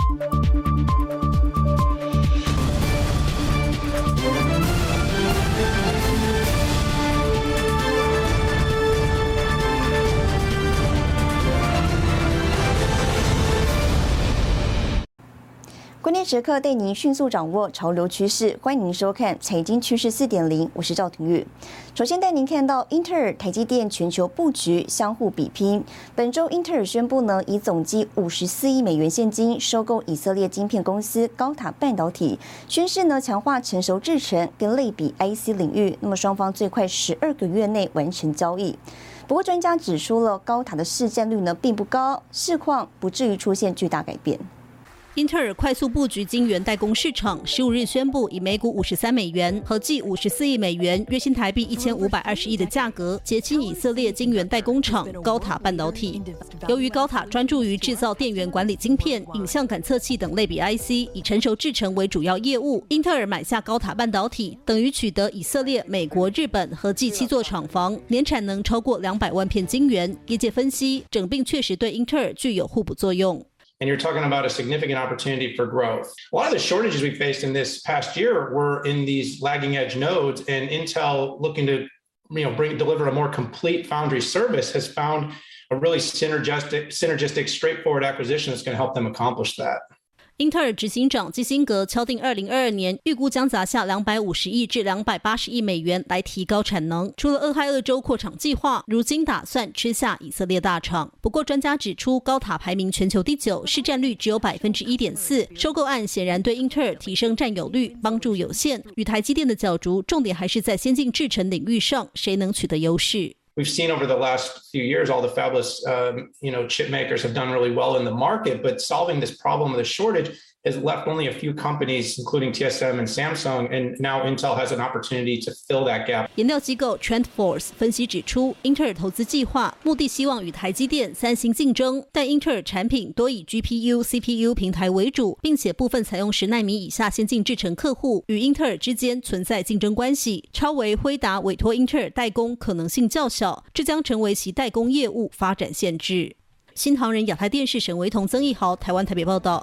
关键时刻带您迅速掌握潮流趋势，欢迎您收看《财经趋势4.0》，我是赵廷玉。首先带您看到英特尔、台积电全球布局相互比拼。本周英特尔宣布呢，以总计54亿美元现金收购以色列晶片公司高塔半导体，宣示呢强化成熟制程跟类比 IC 领域。那么双方最快12个月内完成交易。不过专家指出了，高塔的市占率呢并不高，市况不至于出现巨大改变。 英特尔快速布局晶圆代工市场，15日宣布以每股53美元，合计54亿美元，约新台币1520亿的价格，结清以色列晶圆代工厂高塔半导体。由于高塔专注于制造电源管理晶片、影像感测器等类比 IC， 以成熟制程为主要业务，英特尔买下高塔半导体，等于取得以色列、美国、日本合计7座厂房，年产能超过200万片晶圆。业界分析，整并确实对英特尔具有互补作用。 And you're talking about a significant opportunity for growth. A lot of the shortages we faced in this past year were in these lagging edge nodes, and Intel, looking to deliver a more complete foundry service, has found a really synergistic, straightforward acquisition that's going to help them accomplish that. 英特尔执行长基辛格敲定2022年预估将砸下250亿至280亿美元来提高产能。除了俄亥俄州扩厂计划，如今打算吃下以色列大厂。不过专家指出，高塔排名全球第9，市占率只有 1.4%。收购案显然对英特尔提升占有率帮助有限。与台积电的角逐，重点还是在先进制程领域上，谁能取得优势。 We've seen over the last few years, all the fabless, chip makers have done really well in the market, but solving this problem of the shortage has left only a few companies, including TSM and Samsung, and now Intel has an opportunity to fill that gap. 研调机构 TrendForce 分析指出，英特尔投资计划目的希望与台积电、三星竞争，但英特尔产品多以 GPU、CPU 平台为主，并且部分采用10奈米以下先进制程客户，与英特尔之间存在竞争关系。超微、辉达委托英特尔代工可能性较小，这将成为其代工业务发展限制。新唐人亚太电视沈维彤、曾义豪，台湾台北报道。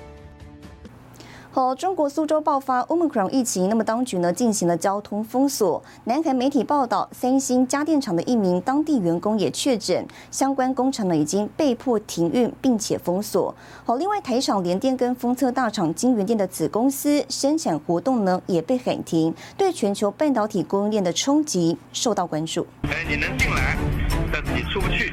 中国苏州爆发 Omicron 疫情，那么当局呢进行了交通封锁。南韩媒体报道，三星家电厂的一名当地员工也确诊，相关工厂呢已经被迫停运并且封锁。另外台厂联电跟封测大厂晶圆店的子公司生产活动呢也被喊停，对全球半导体供应链的冲击受到关注。 你能进来，但是你出不去。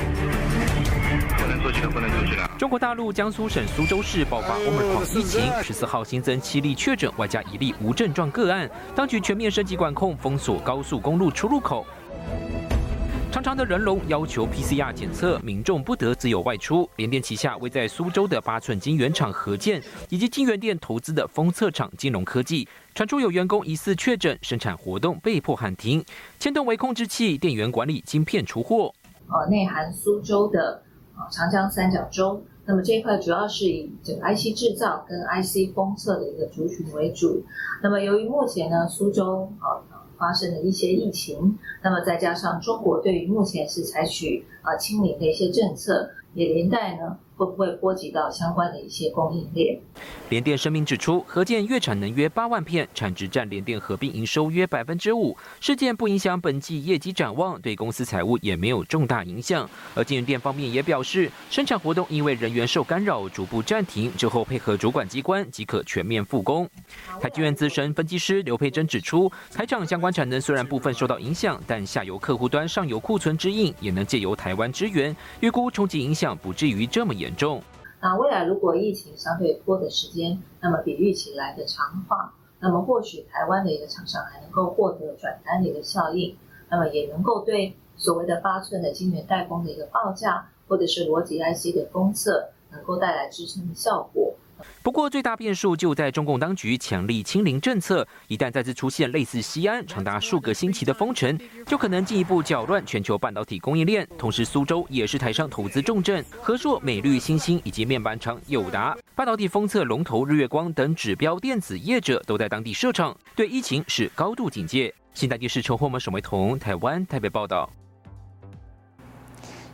不能出去了。 中国大陆江苏省苏州市爆发 Omicron 疫情，14号新增7例确诊，外加1例无症状个案。当局全面升级管控，封锁高速公路出入口。长长的人龙要求 PCR 检测，民众不得自由外出。联电旗下位在苏州的8寸晶圆厂合建，以及晶圆店投资的封测厂金融科技，传出有员工疑似确诊，生产活动被迫喊停。牵动微控制器、电源管理晶片出货。 内含苏州的长江三角洲，那么这一块主要是以这个 IC 制造跟 IC 封测的一个族群为主。那么由于目前呢苏州发生了一些疫情，那么再加上中国对于目前是采取清零的一些政策，也连带呢会不会波及到相关的一些供应链。 联电声明指出，合建月产能约8万片，产值占联电合并营收约 5%。事件不影响本季业绩展望，对公司财务也没有重大影响。而晶圆店方面也表示，生产活动因为人员受干扰逐步暂停，之后配合主管机关即可全面复工。台积院资深分析师刘佩珍指出，台厂相关产能虽然部分受到影响，但下游客户端尚有库存之应，也能借由台湾支援，预估冲击影响不至于这么严重。 那未来如果疫情相对拖的时间，那么比预期来的长化，那么或许台湾的一个厂商还能够获得转单的一个效应，那么也能够对所谓的8寸的晶圆代工的一个报价，或者是逻辑 IC 的封测，能够带来支撑的效果。 不过最大变数就在中共当局强力清零政策，一旦再次出现类似西安长达数个星期的封城，就可能进一步搅乱全球半导体供应链。同时苏州也是台商投资重镇，和硕、美律、新兴以及面板厂友达、半导体封测龙头日月光等指标电子业者都在当地设厂，对疫情是高度警戒。新台电视陈慧文、沈维彤，台湾台北报道。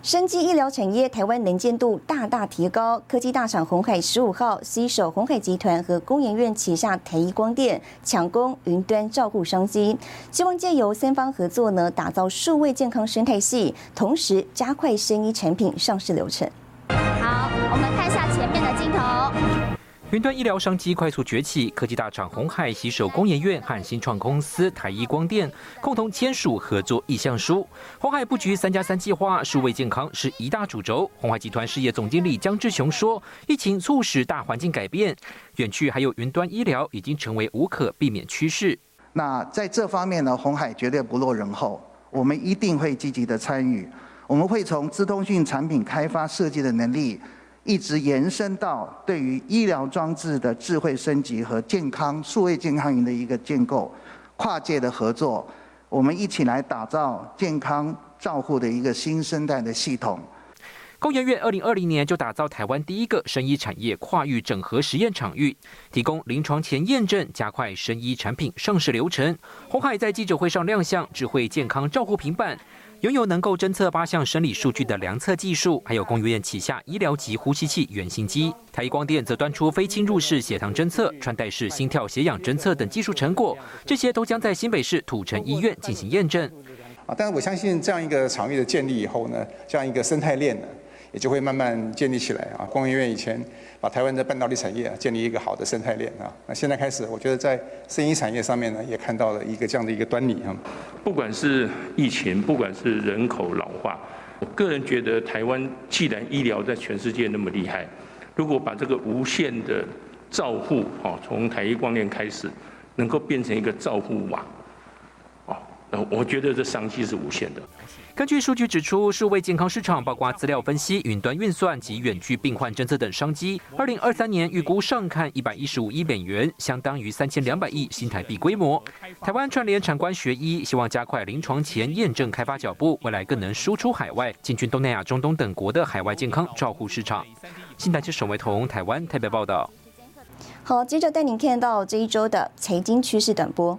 生技医疗产业台湾能见度大大提高，科技大厂鸿海15号携手鸿海集团和工研院旗下台一光电抢攻云端照护商机，希望借由三方合作呢，打造数位健康生态系，同时加快生医产品上市流程。 好，我们看一下前面的镜头。 云端医疗商机快速崛起，科技大厂鸿海携手工研院和新创公司台一光电共同签署合作意向书。鸿海布局3+3计划，数位健康是一大主轴。鸿海集团事业总经理江志雄说：“疫情促使大环境改变，远距还有云端医疗已经成为无可避免趋势。 那在这方面呢，鸿海绝对不落人后，我们一定会积极的参与。我们会从资通讯产品开发设计的能力。”一直延伸到对于医疗装置的智慧升级和健康数位健康云的一个建构，跨界的合作，我们一起来打造健康照护的一个新生代的系统。 工研院2020年就打造台湾第一个生医产业跨域整合实验场域，提供临床前验证，加快生医产品上市流程。鸿海在记者会上亮相智慧健康照护平板。拥有能够侦测8项生理数据的量测技术，还有工研院旗下医疗级呼吸器原型机。台一光电则端出非侵入式血糖侦测、穿戴式心跳血氧侦测等技术成果，这些都将在新北市土城医院进行验证。 但是我相信这样一个场域的建立以后呢，这样一个生态链呢，也就会慢慢建立起来啊。工研院以前把台湾的半导体产业建立一个好的生态链啊，那现在开始，我觉得在生医产业上面呢，也看到了一个这样的一个端倪啊。 不管是疫情，不管是人口老化，我个人觉得台湾既然医疗在全世界那么厉害，如果把这个无线的照护，从台一光电开始，能够变成一个照护网，我觉得这商机是无限的。 根据数据指出，数位健康市场包括资料分析、云端运算及远距病患侦测等商机，2023年预估上看115亿美元，相当于3200亿新台币规模。台湾串联产官学医，希望加快临床前验证开发脚步，未来更能输出海外，进军东南亚、中东等国的海外健康照护市场。新台视沈维彤台湾台北报道。 好，接着带您看到这一周的财经趋势短波。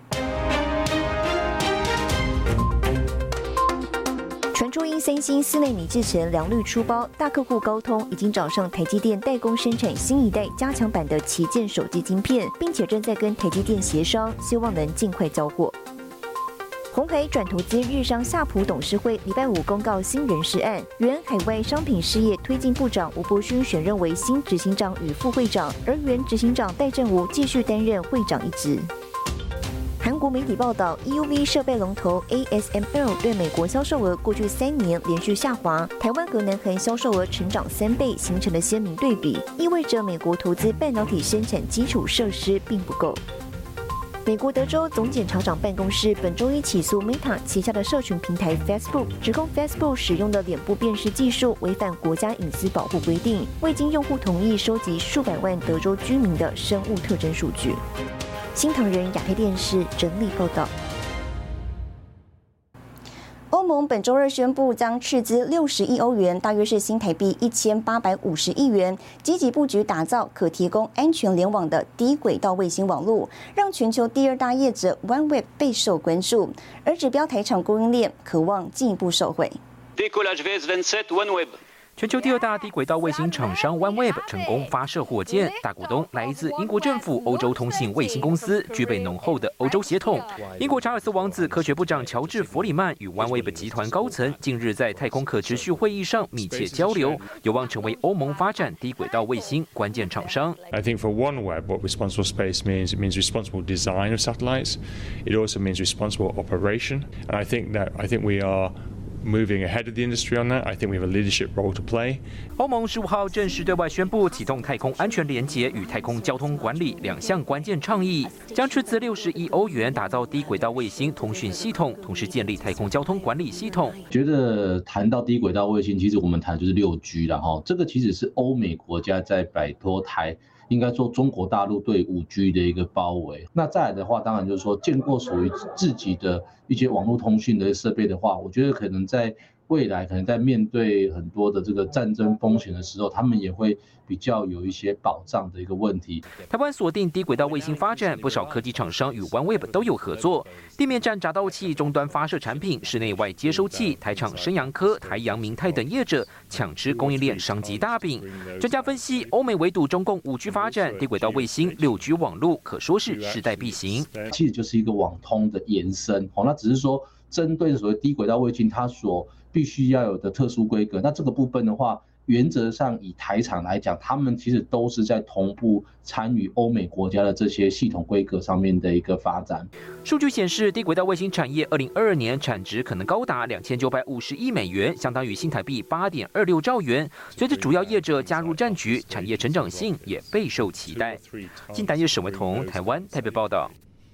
传出因三星4奈米制程良率出包，大客户高通已经找上台积电代工生产新一代加强版的旗舰手机晶片，并且正在跟台积电协商，希望能尽快交货。鸿海转投资日商夏普董事会礼拜5公告新人事案，原海外商品事业推进部长吴伯勋选任为新执行长与副会长，而原执行长戴振武继续担任会长一职。韩国媒体报道 ，EUV 设备龙头 ASML 对美国销售额过去3年连续下滑，台湾和南韩销售额成长3倍，形成了鲜明对比，意味着美国投资半导体生产基础设施并不够。美国德州总检察长办公室本周一起诉 Meta 旗下的社群平台 Facebook， 指控 Facebook 使用的脸部辨识技术违反国家隐私保护规定，未经用户同意收集数百万德州居民的生物特征数据。新唐人亚太电视整理报道。欧盟本周二宣布将斥资60亿欧元，大约是新台币1850亿元，积极布局打造可提供安全联网的低轨道卫星网络，让全球第2大业者 OneWeb 备受关注，而指标台厂供应链渴望进一步受惠。 全球第2大低轨道卫星厂商 OneWeb 成功发射火箭，大股东来自英国政府欧洲通信卫星公司，具备浓厚的欧洲血统。英国查尔斯王子科学部长乔治·弗里曼与 OneWeb 集团高层近日在太空可持续会议上密切交流，有望成为欧盟发展低轨道卫星关键厂商。 I think for OneWeb, what responsible space means, it means responsible design of satellites. It also means responsible operation. And I think we are moving ahead of the industry on that. I think we have a leadership role to play. 欧盟15号正式对外宣布启动太空安全连结与太空交通管理2项关键倡议，将斥资60亿欧元打造低轨道卫星通讯系统，同时建立太空交通管理系统。 觉得谈到低轨道卫星，其实我们谈就是6G 啦哈，这个其实是欧美国家在摆脱应该说中国大陆对5G 的一个包围。那再来的话，当然就是说建构属于自己的一些网络通讯的设备的话，我觉得可能在未来可能在面对很多的这个战争风险的时候，他们也会比较有一些保障的一个问题。 台湾锁定低轨道卫星发展，不少科技厂商与 OneWeb 都有合作。地面站匝道器终端发射产品、室内外接收器，台厂升阳科、台阳明泰等业者抢吃供应链商机大饼。专家分析，欧美围堵中共5G 发展，低轨道卫星、6G 网络可说是势在必行。 其实就是一个网通的延伸，那只是说针对所谓低轨道卫星，它所必须要有的特殊规格。那这个部分的话，原则上以台厂来讲，他们其实都是在同步参与欧美国家的这些系统规格上面的一个发展。 数据显示，低轨道卫星产业2022年产值可能高达2950亿美元，相当于新台币8.26兆元。随着主要业者加入战局，产业成长性也备受期待。金台业沈维彤，台湾台北报道。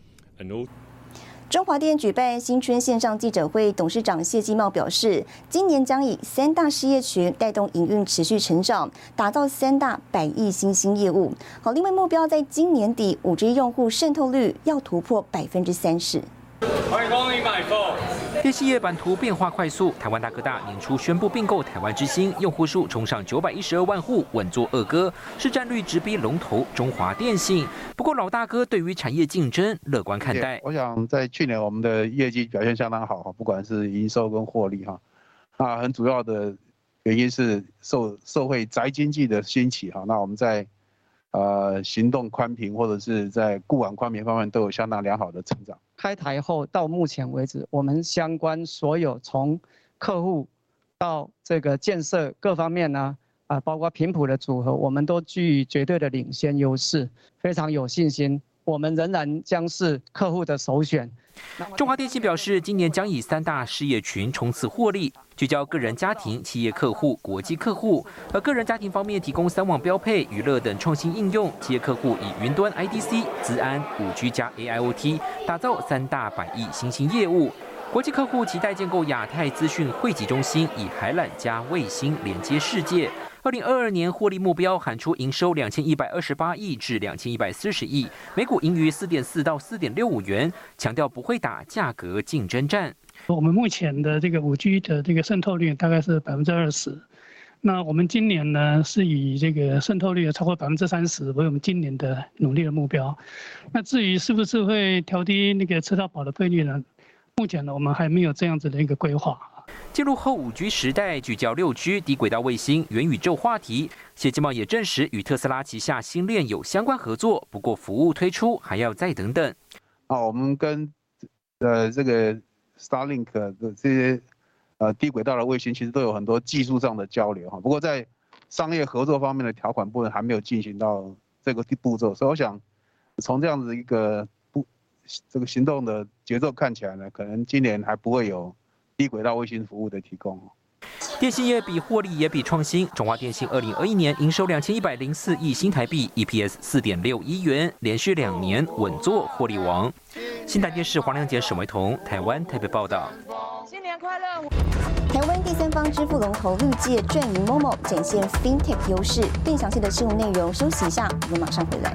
中华电举办新春线上记者会，董事长谢继茂表示，今年将以3大事业群带动营运持续成长，打造3大100亿新兴业务。好，另外目标在今年底5G 用户渗透率要突破30%。 欢迎光临买凤。 电信业版图变化快速，台湾大哥大年初宣布并购台湾之星，用户数冲上912万户，稳坐2哥，市占率直逼龙头中华电信。不过老大哥对于产业竞争乐观看待。 我想在去年我们的业绩表现相当好，不管是营收跟获利那很主要的原因是受惠宅经济的兴起那我们在行动宽频或者是在固网宽频方面都有相当良好的成长。 开台后到目前为止，我们相关所有从客户到这个建设各方面呢，包括频谱的组合，我们都具绝对的领先优势，非常有信心。我们仍然将是客户的首选。 中华电信表示，今年将以3大事业群冲刺获利，聚焦个人家庭、企业客户、国际客户。而个人家庭方面，提供3网标配、娱乐等创新应用；企业客户以云端 IDC、资安、5G 加 AIoT， 打造3大100亿新兴业务。国际客户期待建构亚太资讯汇集中心，以海缆加卫星连接世界。2022年获利目标喊出营收2128亿至2140亿，每股盈余4.4到4.65元，强调不会打价格竞争战。 我们目前的这个5G 的这个渗透率大概是20%，那我们今年呢是以这个渗透率超过30%为我们今年的努力的目标。那至于是不是会调低那个吃到饱的费率呢？目前呢我们还没有这样子的一个规划。 进入后5G 时代，聚焦6G 低轨道卫星、元宇宙话题。谢继茂也证实与特斯拉旗下星链有相关合作，不过服务推出还要再等等。 我们跟这个 Starlink 的这些低轨道的卫星，其实都有很多技术上的交流不过在商业合作方面的条款部分还没有进行到这个步骤，所以我想从这样子一个这个行动的节奏看起来呢，可能今年还不会有低轨道卫星服务的提供。 电信业比获利也比创新，中华电信2021年营收2104亿新台币 ，EPS 4.61元，连续2年稳坐获利王。新台电视黄亮杰、沈维彤，台湾台北报道。 新年快乐！ 台湾第3方支付龙头绿界赚赢 Momo 展现 FinTech 优势。更详细的新闻内容，休息一下，我们马上回来。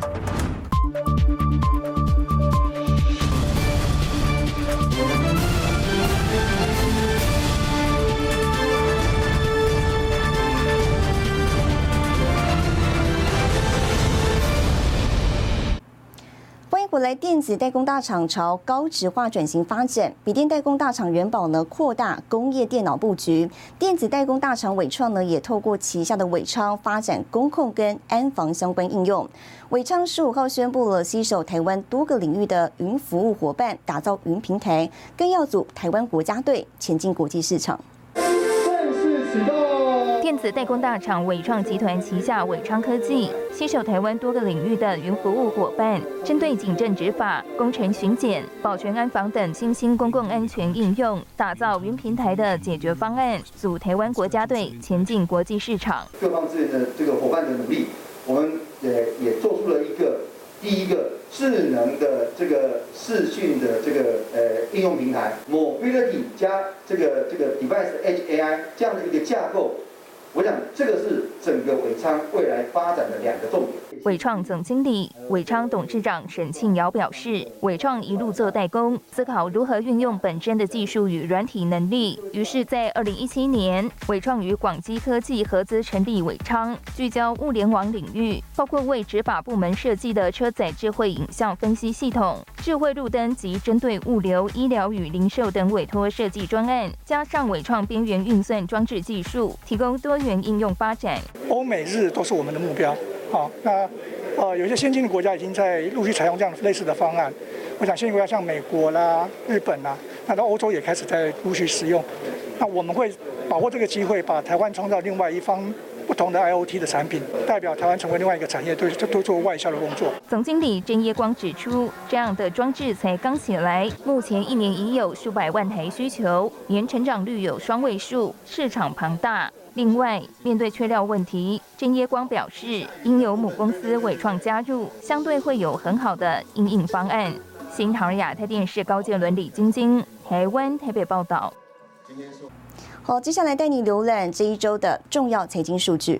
回来，电子代工大厂朝高质化转型发展。笔电代工大厂元宝呢扩大工业电脑布局，电子代工大厂伟创呢也透过旗下的伟昌发展工控跟安防相关应用。伟昌15号宣布了携手台湾多个领域的云服务伙伴，打造云平台，更要组台湾国家队前进国际市场。 正式启动。电子代工大厂伟创集团旗下伟昌科技，携手台湾多个领域的云服务伙伴，针对警政执法、工程巡检、保全安防等新兴公共安全应用，打造云平台的解决方案，组台湾国家队前进国际市场。 各方之间的这个伙伴的努力，我们也做出了第一个智能的这个视讯的这个应用平台 ，Mobility 加这个 Device Edge AI 这样的一个架构。 我想这个是整个伟昌未来发展的2个重点。 伟创总经理、伟昌董事长沈庆尧表示，伟创一路做代工，思考如何运用本身的技术与软体能力。于是，在2017年，伟创与广基科技合资成立伟昌，聚焦物联网领域，包括为执法部门设计的车载智慧影像分析系统、智慧路灯及针对物流、医疗与零售等委托设计专案，加上伟创边缘运算装置技术，提供多元应用发展。 欧美日都是我们的目标。好，那有些先进的国家已经在陆续采用这样类似的方案。我想先进国家像美国啦、日本啦，那到欧洲也开始在陆续使用。那我们会把握这个机会，把台湾创造另外一方不同的 IoT 的产品，代表台湾成为另外一个产业，都做外销的工作。 总经理郑业光指出，这样的装置才刚起来，目前1年已有数百万台需求，年成长率有双位数，市场庞大。另外，面对缺料问题，郑业光表示，应有母公司伟创加入，相对会有很好的因应方案。新唐人亚太电视高建伦、李晶晶，台湾台北报道。 好，接下来带你浏览这一周的重要财经数据。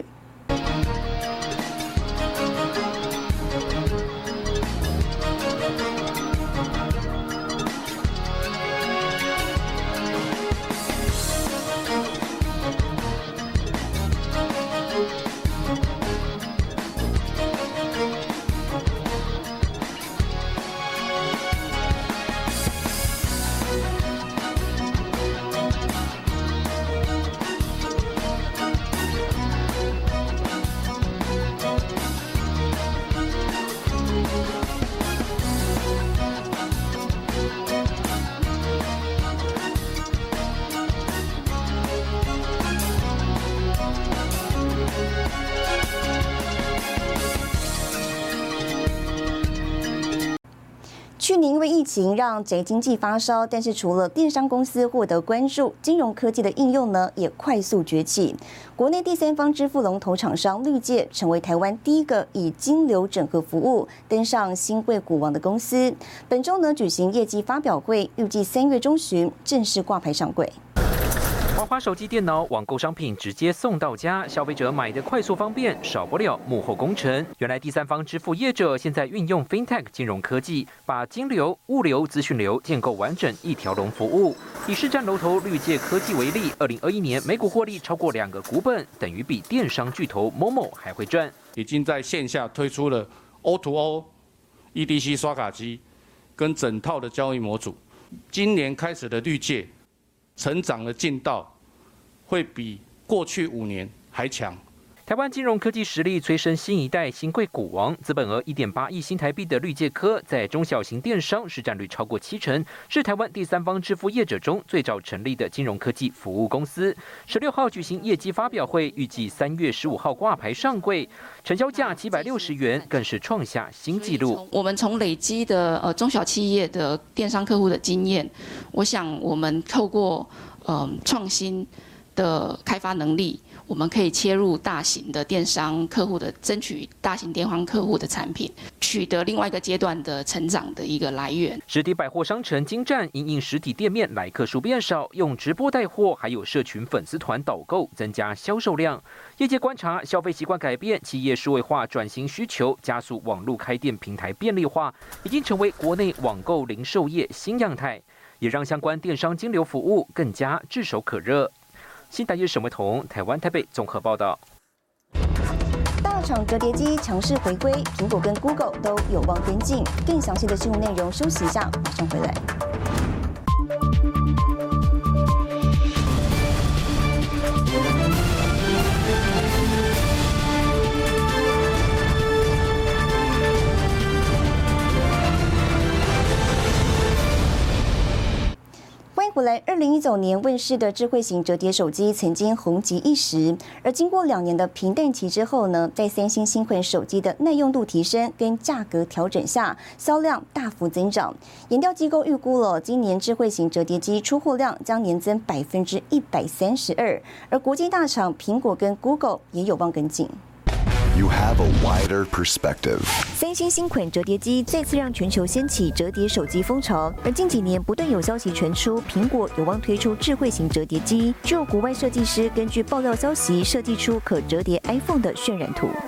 去年因为疫情让宅经济发烧，但是除了电商公司获得关注，金融科技的应用呢也快速崛起。国内第三方支付龙头厂商绿界成为台湾第一个以金流整合服务登上新贵股王的公司。本周呢举行业绩发表会，预计3月中旬正式挂牌上柜。 滑滑手机、电脑、网购商品直接送到家，消费者买的快速方便，少不了幕后工程。原来第三方支付业者现在运用 FinTech 金融科技，把金流、物流、资讯流建构完整一条龙服务。以市占龙头绿界科技为例，2021年每股获利超过2个股本，等于比电商巨头 Momo 还会赚。 已经在线下推出了 O2O、EDC 刷卡机跟整套的交易模组。今年开始的绿界成长的劲道会比过去5年还强。 台湾金融科技实力催生新一代新贵股王，资本额1.8亿新台币的绿界科，在中小型电商市占率超过70%，是台湾第三方支付业者中最早成立的金融科技服务公司。16号举行业绩发表会，预计3月15号挂牌上柜，成交价760元，更是创下新纪录。 我们从累积的中小企业的电商客户的经验，我想我们透过创新的开发能力，我们可以切入大型的电商客户的，争取大型电商客户的产品，取得另外一个阶段的成长的一个来源。 实体百货商城精湛，因应实体店面来客数变少，用直播带货，还有社群粉丝团导购，增加销售量。业界观察，消费习惯改变，企业数位化转型需求，加速网络开店平台便利化，已经成为国内网购零售业新样态，也让相关电商金流服务更加炙手可热。新台日沈维彤，台湾台北综合报道。 大厂折叠机强势回归，苹果跟 Google 都有望跟进。更详细的新闻内容，休息一下，马上回来。回来，2019年问世的智慧型折叠手机曾经红极一时，而经过2年的平淡期之后呢，在三星新款手机的耐用度提升跟价格调整下，销量大幅增长。研调机构预估了今年智慧型折叠机出货量将年增132%，而国际大厂苹果跟 Google 也有望跟进。 you have a wider perspective. 三星新款折叠机再次让全球掀起折叠手机风潮，而近几年不断有消息传出，苹果有望推出智慧型折叠机，就有国外设计师根据爆料消息设计出可折叠 iPhone 的渲染图。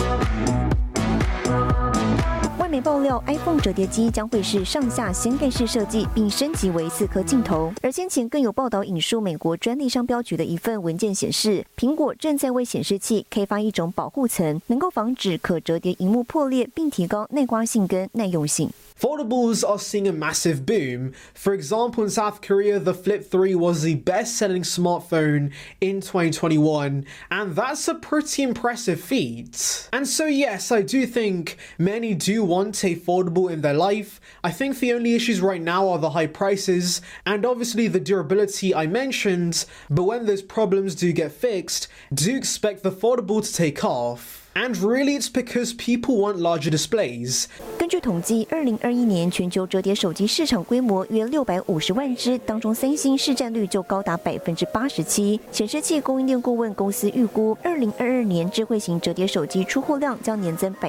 外媒爆料 ，iPhone 折叠机将会是上下掀盖式设计，并升级为4颗镜头。而先前更有报道引述美国专利商标局的一份文件显示，苹果正在为显示器开发一种保护层，能够防止可折叠萤幕破裂，并提高耐刮性跟耐用性。 Foldables are seeing a massive boom. For example, in South Korea, the Flip 3 was the best-selling smartphone in 2021, and that's a pretty impressive feat. And so yes, I do think many do want a foldable in their life. I think the only issues right now are the high prices, and obviously the durability I mentioned, but when those problems do get fixed, do expect the foldable to take off.And really, it's because people want larger displays. 根据统计，2021年全球折叠手机市场规模约650万只，当中三星市占率就高达87%。显示器供应链顾问公司预估，2022年智慧型折叠手机出货量将年增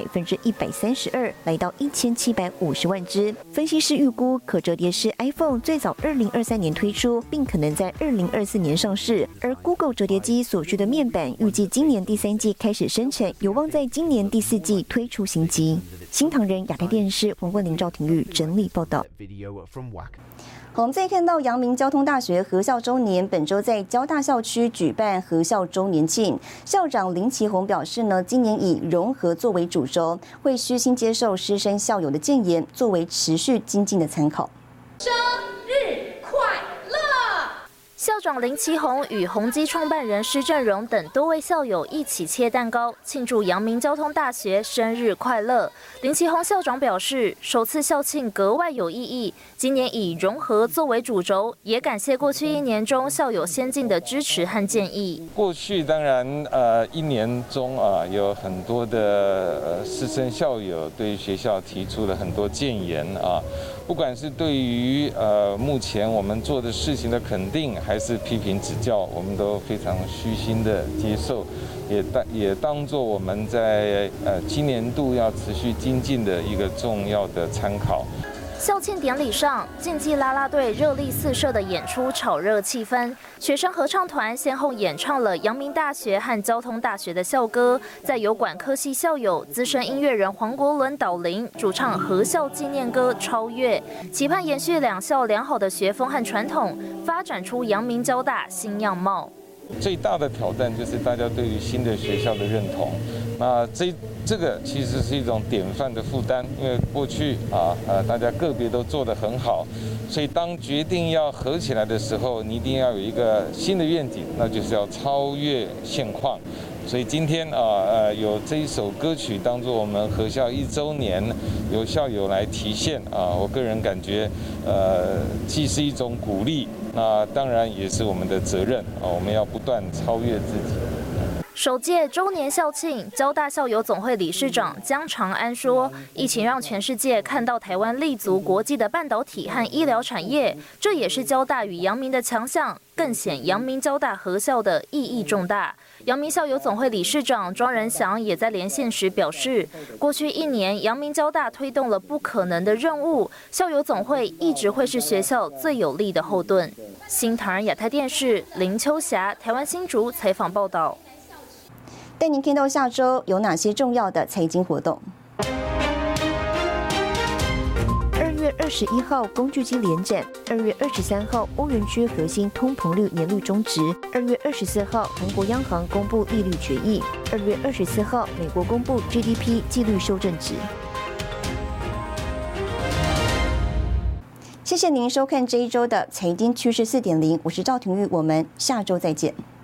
132%，来到1750万只。分析师预估，可折叠式 iPhone 最早2023年推出，并可能在2024年上市。而 Google 折叠机所需的面板，预计今年第3季开始生产，有望在今年第4季推出新机。新唐人亚太电视黄冠霖、赵廷玉整理报道。好，我们再看到阳明交通大学合校周年，本周在交大校区举办合校周年庆。校长林奇宏表示呢，今年以融合作为主轴，会虚心接受师生校友的建言，作为持续精进的参考。 生日快乐！校长林奇宏与宏基创办人施正荣等多位校友一起切蛋糕，庆祝阳明交通大学生日快乐。林奇宏校长表示，首次校庆格外有意义，今年以融合作为主轴，也感谢过去1年中校友先进的支持和建议。 过去当然1年中有很多的师生校友对学校提出了很多建言不管是对于目前我们做的事情的肯定，还是批评指教，我们都非常虚心的接受，也当作我们在今年度要持续精进的一个重要的参考。 校庆典礼上，竞技啦啦队热力四射的演出炒热气氛。学生合唱团先后演唱了阳明大学和交通大学的校歌，再由管科系校友资深音乐人黄国伦导聆，主唱合校纪念歌《超越》，期盼延续两校良好的学风和传统，发展出阳明交大新样貌。 最大的挑战就是大家对于新的学校的认同。那这个其实是一种典范的负担，因为过去大家个别都做得很好，所以当决定要合起来的时候，你一定要有一个新的愿景，那就是要超越现况。所以今天有这一首歌曲当作我们合校1周年，由校友来提现我个人感觉既是一种鼓励，那当然也是我们的责任我们要不断超越自己。 首届周年校庆，交大校友总会理事长江长安说：“疫情让全世界看到台湾立足国际的半导体和医疗产业，这也是交大与阳明的强项，更显阳明交大合校的意义重大。”阳明校友总会理事长庄仁祥也在连线时表示，过去1年，阳明交大推动了不可能的任务，校友总会一直会是学校最有力的后盾。新唐人亚太电视林秋霞，台湾新竹采访报道。 带您看到下周有哪些重要的财经活动。2月21号工具机联展，2月23号欧元区核心通膨率年率终值，2月24号韩国央行公布利率决议，2月24号美国公布 GDP 季率修正值。谢谢您收看这一周的财经趋势4.0，我是赵廷玉，我们下周再见。